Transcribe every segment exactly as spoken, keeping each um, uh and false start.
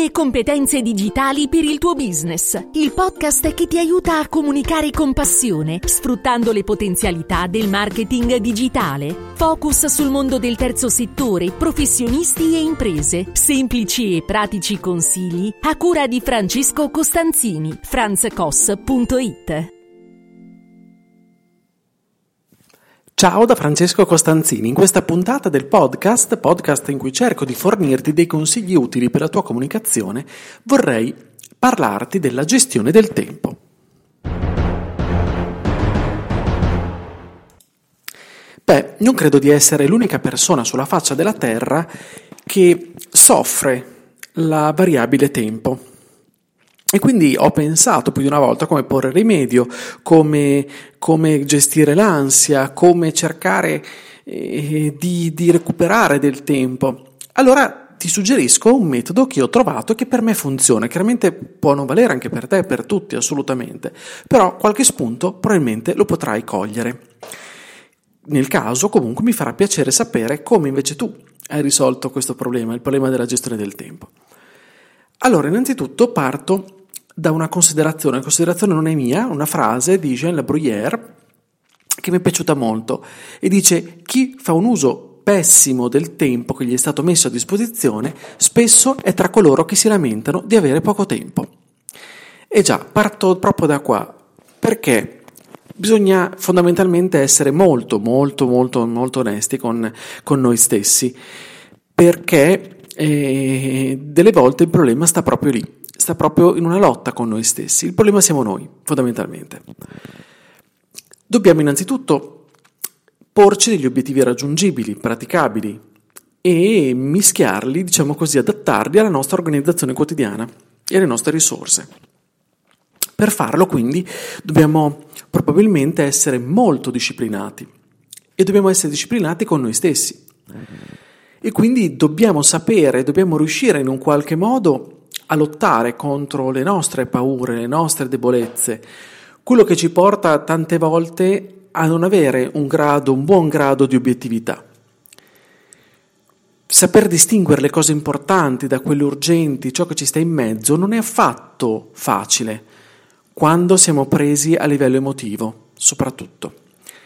e competenze digitali per il tuo business. Il podcast che ti aiuta a comunicare con passione, sfruttando le potenzialità del marketing digitale. Focus sul mondo del terzo settore, professionisti e imprese. Semplici e pratici consigli a cura di Francesco Costanzini. franz cos punto it. Ciao da Francesco Costanzini. In questa puntata del podcast, podcast in cui cerco di fornirti dei consigli utili per la tua comunicazione, vorrei parlarti della gestione del tempo. Beh, non credo di essere l'unica persona sulla faccia della Terra che soffre la variabile tempo. E quindi ho pensato più di una volta come porre rimedio, come, come gestire l'ansia, come cercare eh, di, di recuperare del tempo. Allora ti suggerisco un metodo che ho trovato e che per me funziona. Chiaramente può non valere anche per te, per tutti, assolutamente, però qualche spunto probabilmente lo potrai cogliere. Nel caso, comunque, mi farà piacere sapere come invece tu hai risolto questo problema, il problema della gestione del tempo. Allora, innanzitutto parto da una considerazione, la considerazione non è mia, una frase di Jean La Bruyère che mi è piaciuta molto e dice: chi fa un uso pessimo del tempo che gli è stato messo a disposizione spesso è tra coloro che si lamentano di avere poco tempo. E già, parto proprio da qua, perché bisogna fondamentalmente essere molto, molto, molto, molto onesti con, con noi stessi, perché eh, delle volte il problema sta proprio lì. Sta proprio in una lotta con noi stessi. Il problema siamo noi, fondamentalmente. Dobbiamo innanzitutto porci degli obiettivi raggiungibili, praticabili e mischiarli, diciamo così, adattarli alla nostra organizzazione quotidiana e alle nostre risorse. Per farlo, quindi, dobbiamo probabilmente essere molto disciplinati e dobbiamo essere disciplinati con noi stessi. E quindi dobbiamo sapere, dobbiamo riuscire in un qualche modo a lottare contro le nostre paure, le nostre debolezze, quello che ci porta tante volte a non avere un grado, un buon grado di obiettività. Saper distinguere le cose importanti da quelle urgenti, ciò che ci sta in mezzo, non è affatto facile quando siamo presi a livello emotivo, soprattutto.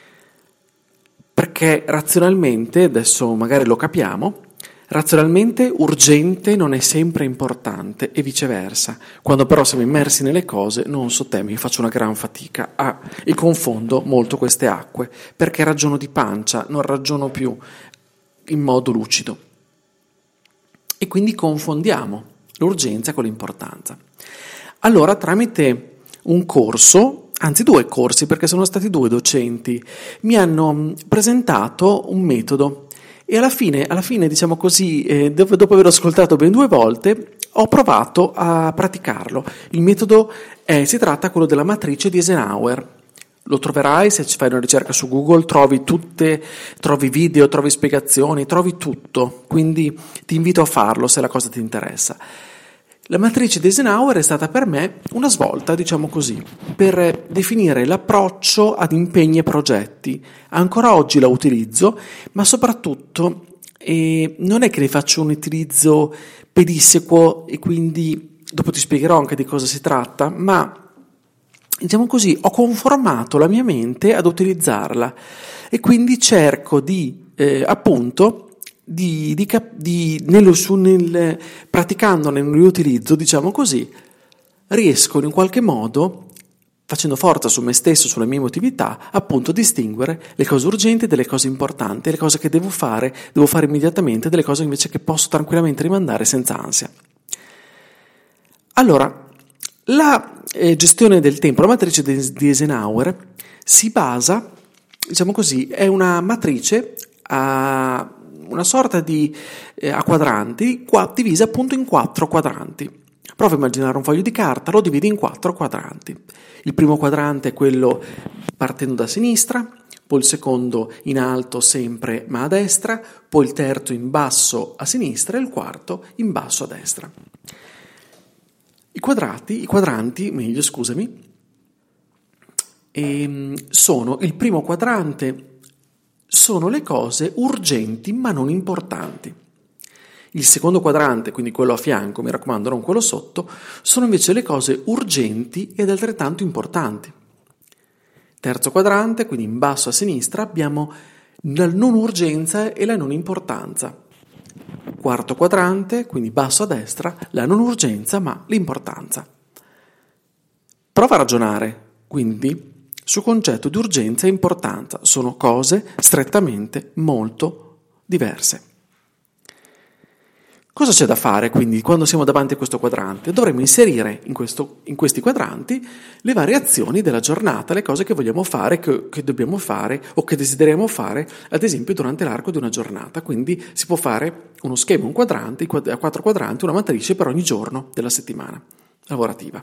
Perché razionalmente, adesso magari lo capiamo, razionalmente urgente non è sempre importante e viceversa. Quando però siamo immersi nelle cose, non so te, mi faccio una gran fatica a, e confondo molto queste acque, perché ragiono di pancia, non ragiono più in modo lucido. E quindi confondiamo l'urgenza con l'importanza. Allora, tramite un corso, anzi due corsi, perché sono stati due docenti, mi hanno presentato un metodo. E alla fine, alla fine diciamo così, eh, dopo aver ascoltato ben due volte, ho provato a praticarlo. Il metodo è, si tratta quello della matrice di Eisenhower. Lo troverai se fai una ricerca su Google, trovi tutte, trovi video, trovi spiegazioni, trovi tutto. Quindi ti invito a farlo se la cosa ti interessa. La matrice di Eisenhower è stata per me una svolta, diciamo così, per definire l'approccio ad impegni e progetti. Ancora oggi la utilizzo, ma soprattutto eh, non è che ne faccio un utilizzo pedissequo e quindi dopo ti spiegherò anche di cosa si tratta, ma diciamo così, ho conformato la mia mente ad utilizzarla e quindi cerco di, eh, appunto, Di, di, di, nello, su, nel, praticandone nell'utilizzo, diciamo così, riesco in qualche modo, facendo forza su me stesso, sulla mia emotività, appunto a distinguere le cose urgenti dalle cose importanti, le cose che devo fare, devo fare immediatamente, delle cose invece che posso tranquillamente rimandare senza ansia. Allora, la eh, gestione del tempo, la matrice di, di Eisenhower si basa, diciamo così, è una matrice a una sorta di eh, a quadranti, qua, divisa appunto in quattro quadranti. Prova a immaginare un foglio di carta, lo dividi in quattro quadranti. Il primo quadrante è quello partendo da sinistra, poi il secondo in alto sempre ma a destra, poi il terzo in basso a sinistra e il quarto in basso a destra. I quadrati, i quadranti, meglio scusami, ehm, sono il primo quadrante sono le cose urgenti ma non importanti. Il secondo quadrante, quindi quello a fianco, mi raccomando non quello sotto, sono invece le cose urgenti ed altrettanto importanti. Terzo quadrante, quindi in basso a sinistra, abbiamo la non urgenza e la non importanza. Quarto quadrante, quindi basso a destra, la non urgenza ma l'importanza. Prova a ragionare, quindi, sul concetto di urgenza e importanza. Sono cose strettamente molto diverse. Cosa c'è da fare, quindi, quando siamo davanti a questo quadrante? Dovremmo inserire in, questo, in questi quadranti le variazioni della giornata, le cose che vogliamo fare, che, che dobbiamo fare o che desideriamo fare, ad esempio, durante l'arco di una giornata. Quindi si può fare uno schema, un quadrante, a quattro quadranti, una matrice per ogni giorno della settimana lavorativa.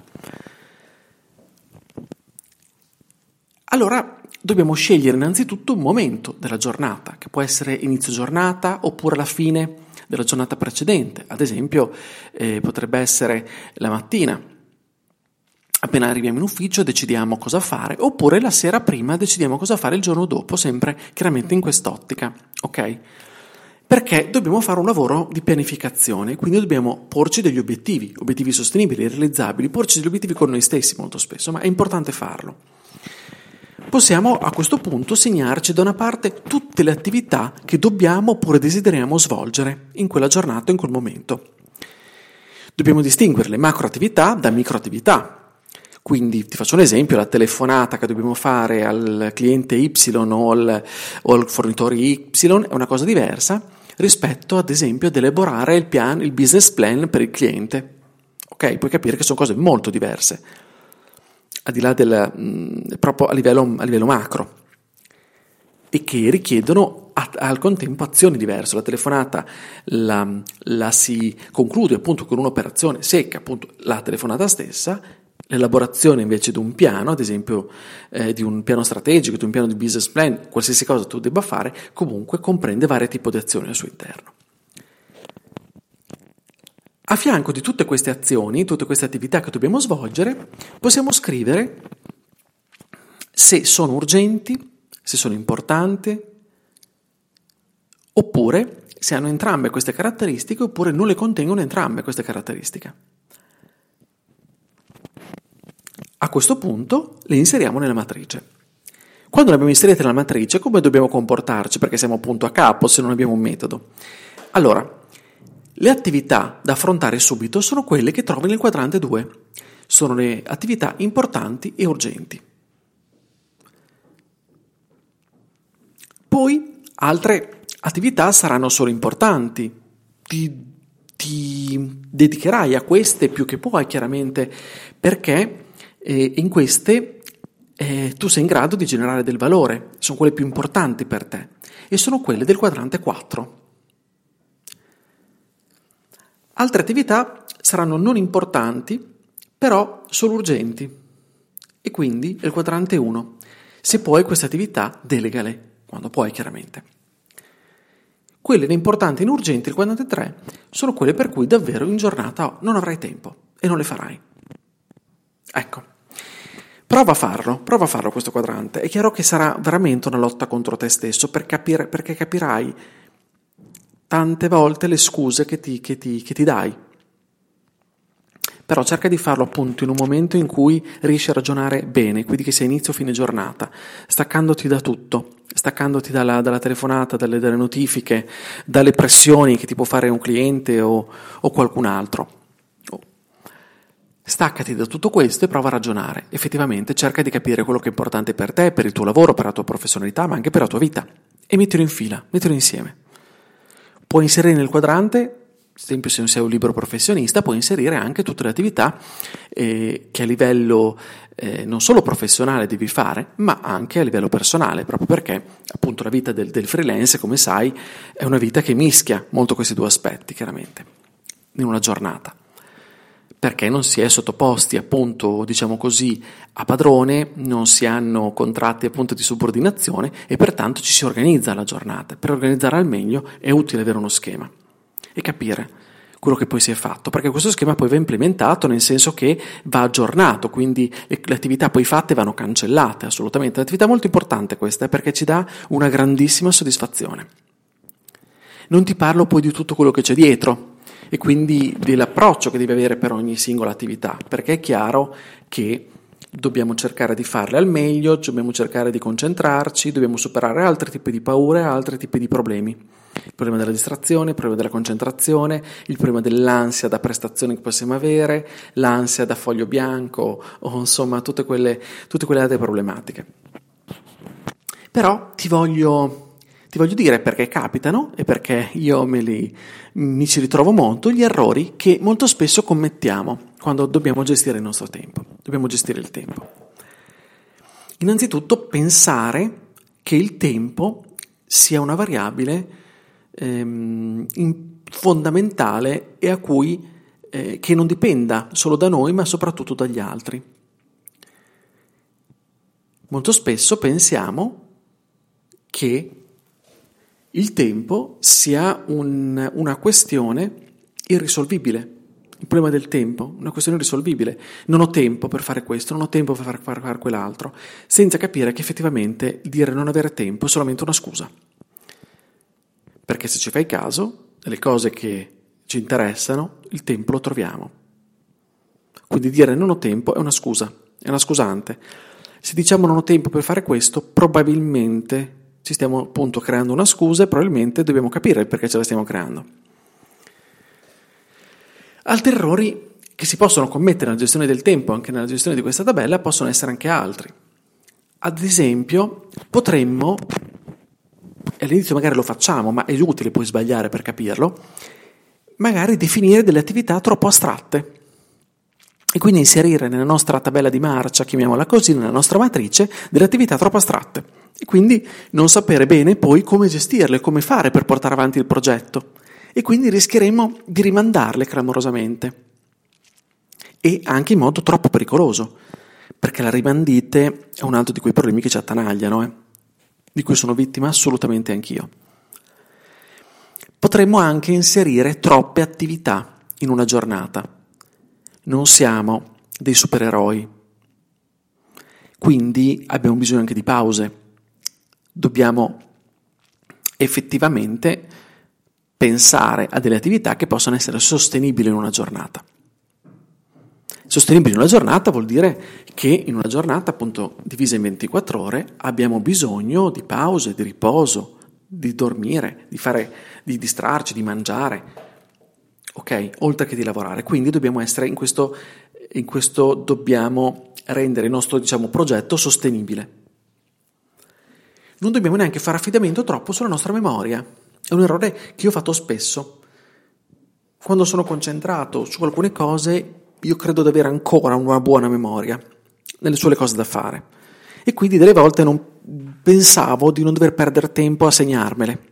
Allora, dobbiamo scegliere innanzitutto un momento della giornata, che può essere inizio giornata oppure la fine della giornata precedente. Ad esempio, eh, potrebbe essere la mattina, appena arriviamo in ufficio decidiamo cosa fare, oppure la sera prima decidiamo cosa fare il giorno dopo, sempre chiaramente in quest'ottica, ok? Perché dobbiamo fare un lavoro di pianificazione, quindi dobbiamo porci degli obiettivi, obiettivi sostenibili, realizzabili, porci degli obiettivi con noi stessi molto spesso, ma è importante farlo. Possiamo a questo punto segnarci da una parte tutte le attività che dobbiamo oppure desideriamo svolgere in quella giornata, in quel momento. Dobbiamo distinguere le macroattività da microattività. Quindi ti faccio un esempio: la telefonata che dobbiamo fare al cliente Y o al, o al fornitore Y è una cosa diversa rispetto ad esempio ad elaborare il piano, il business plan per il cliente. Ok, puoi capire che sono cose molto diverse, al di là del mh, proprio a livello, a livello macro, e che richiedono a, al contempo azioni diverse. La telefonata la, la si conclude appunto con un'operazione secca, appunto la telefonata stessa. L'elaborazione invece di un piano, ad esempio eh, di un piano strategico, di un piano di business plan, qualsiasi cosa tu debba fare, comunque comprende vari tipi di azioni al suo interno. A fianco di tutte queste azioni, tutte queste attività che dobbiamo svolgere, possiamo scrivere se sono urgenti, se sono importanti, oppure se hanno entrambe queste caratteristiche, oppure non le contengono entrambe queste caratteristiche. A questo punto le inseriamo nella matrice. Quando le abbiamo inserite nella matrice, come dobbiamo comportarci? Perché siamo appunto a capo se non abbiamo un metodo. Allora, le attività da affrontare subito sono quelle che trovi nel quadrante due. Sono le attività importanti e urgenti. Poi altre attività saranno solo importanti. Ti, ti dedicherai a queste più che puoi, chiaramente, perché eh, in queste eh, tu sei in grado di generare del valore. Sono quelle più importanti per te e sono quelle del quadrante quattro. Altre attività saranno non importanti, però solo urgenti, e quindi è il quadrante uno. Se puoi queste attività, delegale, quando puoi chiaramente. Quelle importanti e urgenti, il quadrante tre, sono quelle per cui davvero in giornata non avrai tempo e non le farai. Ecco, prova a farlo, prova a farlo questo quadrante. È chiaro che sarà veramente una lotta contro te stesso, per capire, perché capirai tante volte le scuse che ti, che ti, che ti dai. Però cerca di farlo appunto in un momento in cui riesci a ragionare bene, quindi che sia inizio o fine giornata, staccandoti da tutto, staccandoti dalla, dalla telefonata, dalle, dalle notifiche, dalle pressioni che ti può fare un cliente o, o qualcun altro. Staccati da tutto questo e prova a ragionare. Effettivamente cerca di capire quello che è importante per te, per il tuo lavoro, per la tua professionalità, ma anche per la tua vita, e mettilo in fila, mettilo insieme. Puoi inserire nel quadrante, ad esempio se non sei un libero professionista, puoi inserire anche tutte le attività eh, che a livello eh, non solo professionale devi fare, ma anche a livello personale, proprio perché appunto la vita del, del freelance, come sai, è una vita che mischia molto questi due aspetti, chiaramente, in una giornata. Perché non si è sottoposti appunto, diciamo così, a padrone, non si hanno contratti appunto di subordinazione e pertanto ci si organizza la giornata. Per organizzare al meglio è utile avere uno schema e capire quello che poi si è fatto, perché questo schema poi va implementato, nel senso che va aggiornato, quindi le, le attività poi fatte vanno cancellate, assolutamente. È un'attività molto importante questa, perché ci dà una grandissima soddisfazione. Non ti parlo poi di tutto quello che c'è dietro e quindi dell'approccio che devi avere per ogni singola attività, perché è chiaro che dobbiamo cercare di farle al meglio, dobbiamo cercare di concentrarci, dobbiamo superare altri tipi di paure, altri tipi di problemi. Il problema della distrazione, il problema della concentrazione, il problema dell'ansia da prestazione che possiamo avere, l'ansia da foglio bianco o insomma tutte quelle, tutte quelle altre problematiche. Però ti voglio, ti voglio dire perché capitano e perché io me li, mi ci ritrovo molto, gli errori che molto spesso commettiamo quando dobbiamo gestire il nostro tempo, dobbiamo gestire il tempo. Innanzitutto pensare che il tempo sia una variabile ehm, fondamentale e a cui eh, che non dipenda solo da noi ma soprattutto dagli altri. Molto spesso pensiamo che il tempo sia un, una questione irrisolvibile. Il problema del tempo, una questione irrisolvibile. Non ho tempo per fare questo, non ho tempo per fare, fare, fare quell'altro, senza capire che effettivamente dire non avere tempo è solamente una scusa. Perché se ci fai caso, nelle cose che ci interessano, il tempo lo troviamo. Quindi dire non ho tempo è una scusa, è una scusante. Se diciamo non ho tempo per fare questo, probabilmente ci stiamo appunto creando una scusa e probabilmente dobbiamo capire il perché ce la stiamo creando. Altri errori che si possono commettere nella gestione del tempo, anche nella gestione di questa tabella, possono essere anche altri. Ad esempio, potremmo, e all'inizio magari lo facciamo, ma è utile poi sbagliare per capirlo, magari definire delle attività troppo astratte e quindi inserire nella nostra tabella di marcia, chiamiamola così, nella nostra matrice, delle attività troppo astratte e quindi non sapere bene poi come gestirle, come fare per portare avanti il progetto. E quindi rischieremo di rimandarle clamorosamente e anche in modo troppo pericoloso, perché la rimandite è un altro di quei problemi che ci attanagliano, eh? Di cui sono vittima assolutamente anch'io. Potremmo anche inserire troppe attività in una giornata. Non siamo dei supereroi, quindi abbiamo bisogno anche di pause. Dobbiamo effettivamente pensare a delle attività che possano essere sostenibili in una giornata. Sostenibili in una giornata vuol dire che in una giornata appunto divisa in ventiquattro ore abbiamo bisogno di pause, di riposo, di dormire, di fare, di distrarci, di mangiare, ok? Oltre che di lavorare. Quindi dobbiamo essere in questo, in questo dobbiamo rendere il nostro, diciamo, progetto sostenibile. Non dobbiamo neanche fare affidamento troppo sulla nostra memoria. È un errore che io ho fatto spesso. Quando sono concentrato su alcune cose, io credo di avere ancora una buona memoria nelle sulle cose da fare. E quindi delle volte non pensavo di non dover perdere tempo a segnarmele.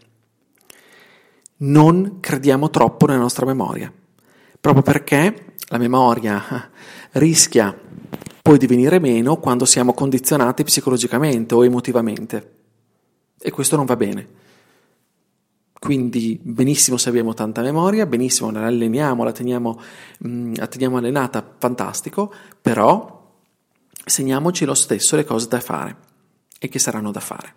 Non crediamo troppo nella nostra memoria, proprio perché la memoria rischia poi di venire meno quando siamo condizionati psicologicamente o emotivamente. E questo non va bene. Quindi benissimo se abbiamo tanta memoria, benissimo la alleniamo, la teniamo, mh, la teniamo allenata, fantastico, però segniamoci lo stesso le cose da fare e che saranno da fare.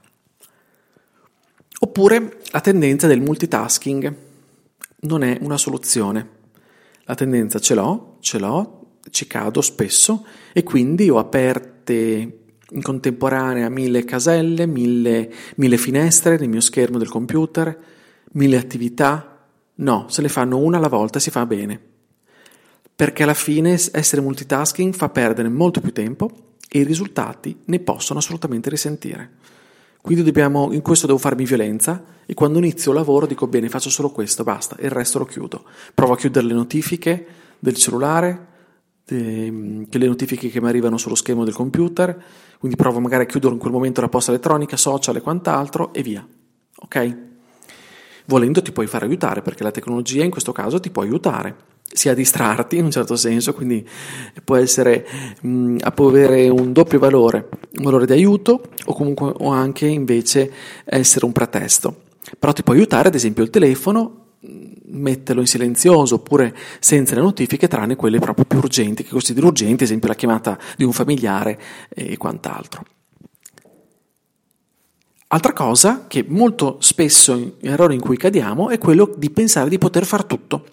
Oppure la tendenza del multitasking non è una soluzione. La tendenza ce l'ho, ce l'ho, ci cado spesso e quindi ho aperte in contemporanea mille caselle, mille, mille finestre nel mio schermo del computer, mille attività. No, se le fanno una alla volta si fa bene, perché alla fine essere multitasking fa perdere molto più tempo e i risultati ne possono assolutamente risentire. Quindi dobbiamo, in questo devo farmi violenza e quando inizio il lavoro dico bene, faccio solo questo, basta, il resto lo chiudo. Provo a chiudere le notifiche del cellulare, de, che le notifiche che mi arrivano sullo schermo del computer, quindi provo magari a chiudere in quel momento la posta elettronica, social e quant'altro e via, ok? Volendo ti puoi fare aiutare, perché la tecnologia in questo caso ti può aiutare, sia a distrarti in un certo senso, quindi può essere, mh, può avere un doppio valore, un valore di aiuto o comunque o anche invece essere un pretesto. Però ti può aiutare, ad esempio il telefono, metterlo in silenzioso oppure senza le notifiche, tranne quelle proprio più urgenti, che considero urgenti, ad esempio la chiamata di un familiare e quant'altro. Altra cosa che molto spesso, errore in cui cadiamo, è quello di pensare di poter far tutto.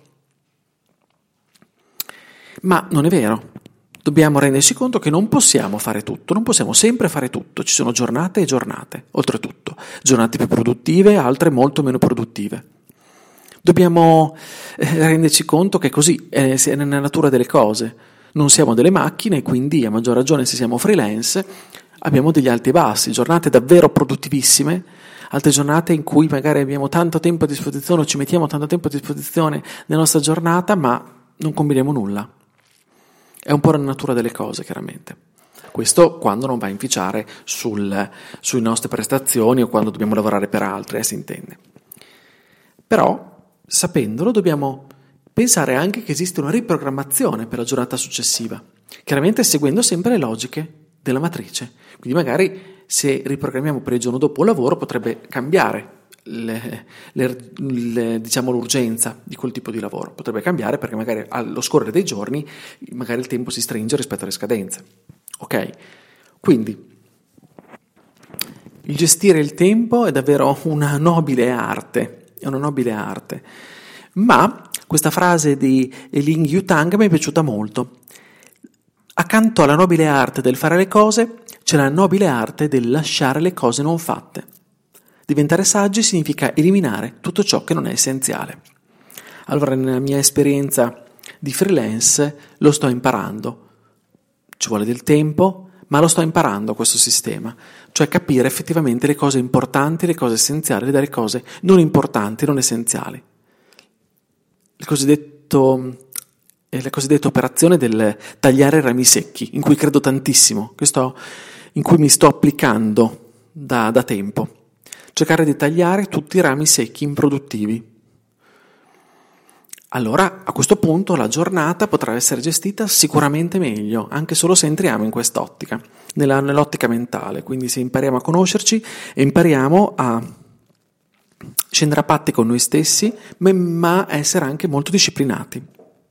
Ma non è vero. Dobbiamo renderci conto che non possiamo fare tutto, non possiamo sempre fare tutto. Ci sono giornate e giornate, oltretutto. Giornate più produttive, altre molto meno produttive. Dobbiamo renderci conto che così è nella natura delle cose. Non siamo delle macchine, quindi a maggior ragione se siamo freelance abbiamo degli alti e bassi, giornate davvero produttivissime, altre giornate in cui magari abbiamo tanto tempo a disposizione o ci mettiamo tanto tempo a disposizione nella nostra giornata, ma non combiniamo nulla. È un po' la natura delle cose, chiaramente. Questo quando non va a inficiare sul, sulle nostre prestazioni o quando dobbiamo lavorare per altri, eh, si intende. Però, sapendolo, dobbiamo pensare anche che esiste una riprogrammazione per la giornata successiva, chiaramente seguendo sempre le logiche della matrice. Quindi magari se riprogrammiamo per il giorno dopo un lavoro potrebbe cambiare le, le, le, diciamo l'urgenza di quel tipo di lavoro, potrebbe cambiare perché magari allo scorrere dei giorni magari il tempo si stringe rispetto alle scadenze. Ok? Quindi il gestire il tempo è davvero una nobile arte, è una nobile arte. Ma questa frase di Ling Yutang mi è piaciuta molto. Accanto alla nobile arte del fare le cose c'è la nobile arte del lasciare le cose non fatte. Diventare saggi significa eliminare tutto ciò che non è essenziale. Allora, nella mia esperienza di freelance lo sto imparando. Ci vuole del tempo, ma lo sto imparando questo sistema, cioè capire effettivamente le cose importanti, le cose essenziali dalle cose non importanti, non essenziali. Il cosiddetto la cosiddetta operazione del tagliare rami secchi, in cui credo tantissimo, che sto, in cui mi sto applicando da, da tempo. Cercare di tagliare tutti i rami secchi improduttivi. Allora, a questo punto, la giornata potrà essere gestita sicuramente meglio, anche solo se entriamo in quest'ottica, nella, nell'ottica mentale. Quindi se impariamo a conoscerci e impariamo a scendere a patti con noi stessi, ma a essere anche molto disciplinati.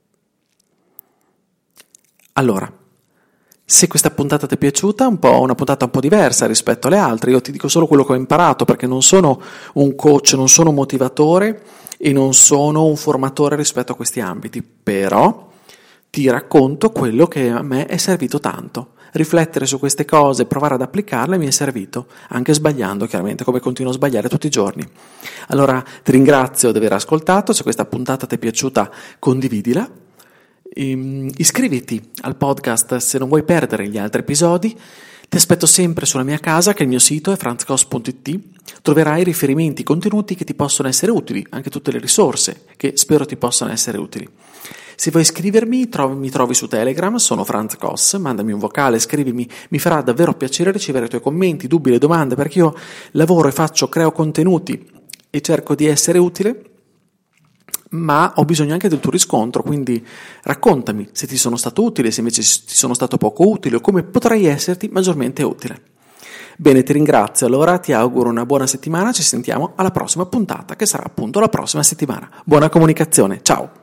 Allora, se questa puntata ti è piaciuta, un po' una puntata un po' diversa rispetto alle altre, io ti dico solo quello che ho imparato perché non sono un coach, non sono un motivatore e non sono un formatore rispetto a questi ambiti, però ti racconto quello che a me è servito tanto. Riflettere su queste cose, provare ad applicarle mi è servito, anche sbagliando chiaramente, come continuo a sbagliare tutti i giorni. Allora ti ringrazio di aver ascoltato, se questa puntata ti è piaciuta condividila. Iscriviti al podcast se non vuoi perdere gli altri episodi. Ti aspetto sempre sulla mia casa, che il mio sito è franz cos punto it. Troverai riferimenti, contenuti che ti possono essere utili, anche tutte le risorse che spero ti possano essere utili. Se vuoi scrivermi, trovi, mi trovi su Telegram, sono Franz Cos, mandami un vocale, scrivimi, mi farà davvero piacere ricevere i tuoi commenti, dubbi, le domande, perché io lavoro e faccio, creo contenuti e cerco di essere utile, ma ho bisogno anche del tuo riscontro, quindi raccontami se ti sono stato utile, se invece ti sono stato poco utile o come potrei esserti maggiormente utile. Bene, ti ringrazio, allora ti auguro una buona settimana, ci sentiamo alla prossima puntata che sarà appunto la prossima settimana. Buona comunicazione, ciao!